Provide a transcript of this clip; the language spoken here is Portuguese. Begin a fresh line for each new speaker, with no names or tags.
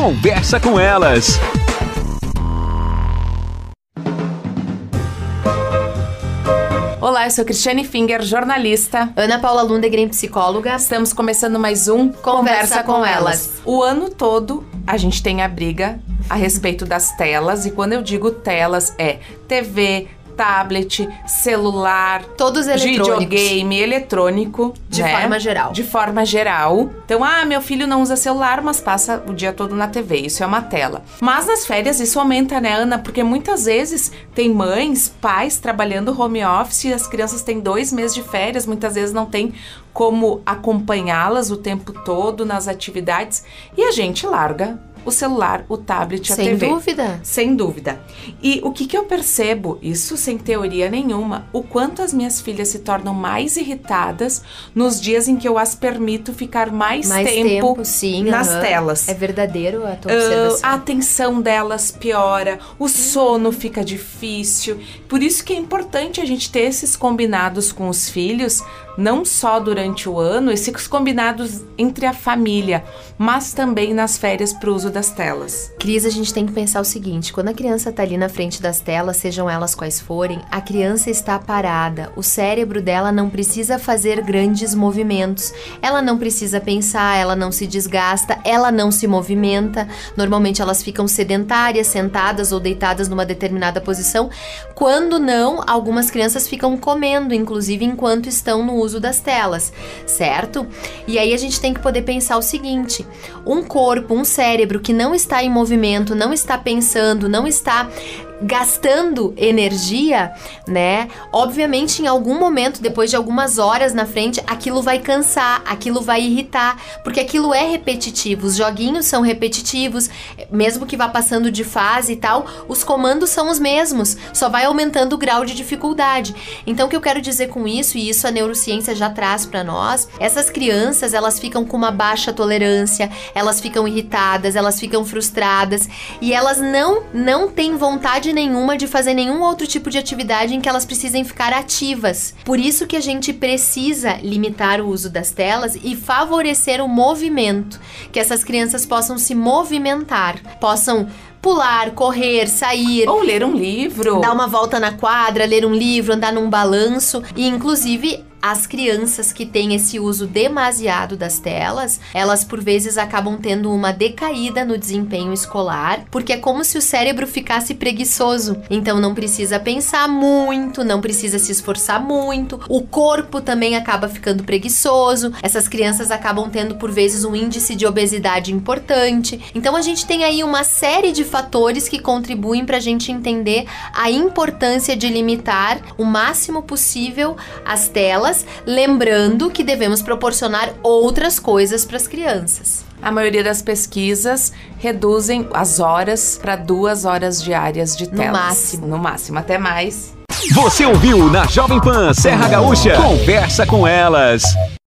Conversa com Elas.
Olá, eu sou Cristiane Finger, jornalista.
Ana Paula Lundegren, psicóloga.
Estamos começando mais um
Conversa com Elas.
O ano todo a gente tem a briga a respeito das telas, e quando eu digo telas é TV, tablet, celular,
todos eletrônicos,
videogame, eletrônico,
de forma geral.
De forma geral. Então, meu filho não usa celular, mas passa o dia todo na TV. Isso é uma tela. Mas nas férias isso aumenta, né, Ana? Porque muitas vezes tem mães, pais trabalhando home office e as crianças têm 2 meses de férias, muitas vezes não tem como acompanhá-las o tempo todo nas atividades e a gente larga o celular, o tablet, a TV.
Sem dúvida.
Sem dúvida. E o que eu percebo, isso sem teoria nenhuma, o quanto as minhas filhas se tornam mais irritadas nos dias em que eu as permito ficar mais tempo
sim,
nas telas.
É verdadeiro a tua observação.
A atenção delas piora, o sono fica difícil. Por isso que é importante a gente ter esses combinados com os filhos, não só durante o ano, esses combinados entre a família, mas também nas férias para o uso das telas.
Cris, a gente tem que pensar o seguinte: quando a criança está ali na frente das telas, sejam elas quais forem, a criança está parada, o cérebro dela não precisa fazer grandes movimentos, ela não precisa pensar, ela não se desgasta, ela não se movimenta. Normalmente elas ficam sedentárias, sentadas ou deitadas numa determinada posição. Quando não, algumas crianças ficam comendo, inclusive enquanto estão no uso das telas, certo? E aí a gente tem que poder pensar o seguinte: um corpo, um cérebro que não está em movimento, não está pensando, não está gastando energia, né? Obviamente, em algum momento, depois de algumas horas na frente, aquilo vai cansar, aquilo vai irritar, porque aquilo é repetitivo, os joguinhos são repetitivos, mesmo que vá passando de fase e tal, os comandos são os mesmos, só vai aumentando o grau de dificuldade. Então, o que eu quero dizer com isso, e isso a neurociência já traz para nós, essas crianças, elas ficam com uma baixa tolerância, elas ficam irritadas, elas ficam frustradas, e elas não têm vontade nenhuma de fazer nenhum outro tipo de atividade em que elas precisem ficar ativas. Por isso que a gente precisa limitar o uso das telas e favorecer o movimento, que essas crianças possam se movimentar, possam pular, correr, sair.
Ou ler um livro.
Dar uma volta na quadra, ler um livro, andar num balanço. E, inclusive, as crianças que têm esse uso demasiado das telas, elas por vezes acabam tendo uma decaída no desempenho escolar, porque é como se o cérebro ficasse preguiçoso. Então não precisa pensar muito, não precisa se esforçar muito, o corpo também acaba ficando preguiçoso, essas crianças acabam tendo por vezes um índice de obesidade importante. Então a gente tem aí uma série de fatores que contribuem para a gente entender a importância de limitar o máximo possível as telas, lembrando que devemos proporcionar outras coisas para as crianças.
A maioria das pesquisas reduzem as horas para 2 horas diárias de telas. No máximo, até mais.
Você ouviu na Jovem Pan Serra Gaúcha? Conversa com Elas.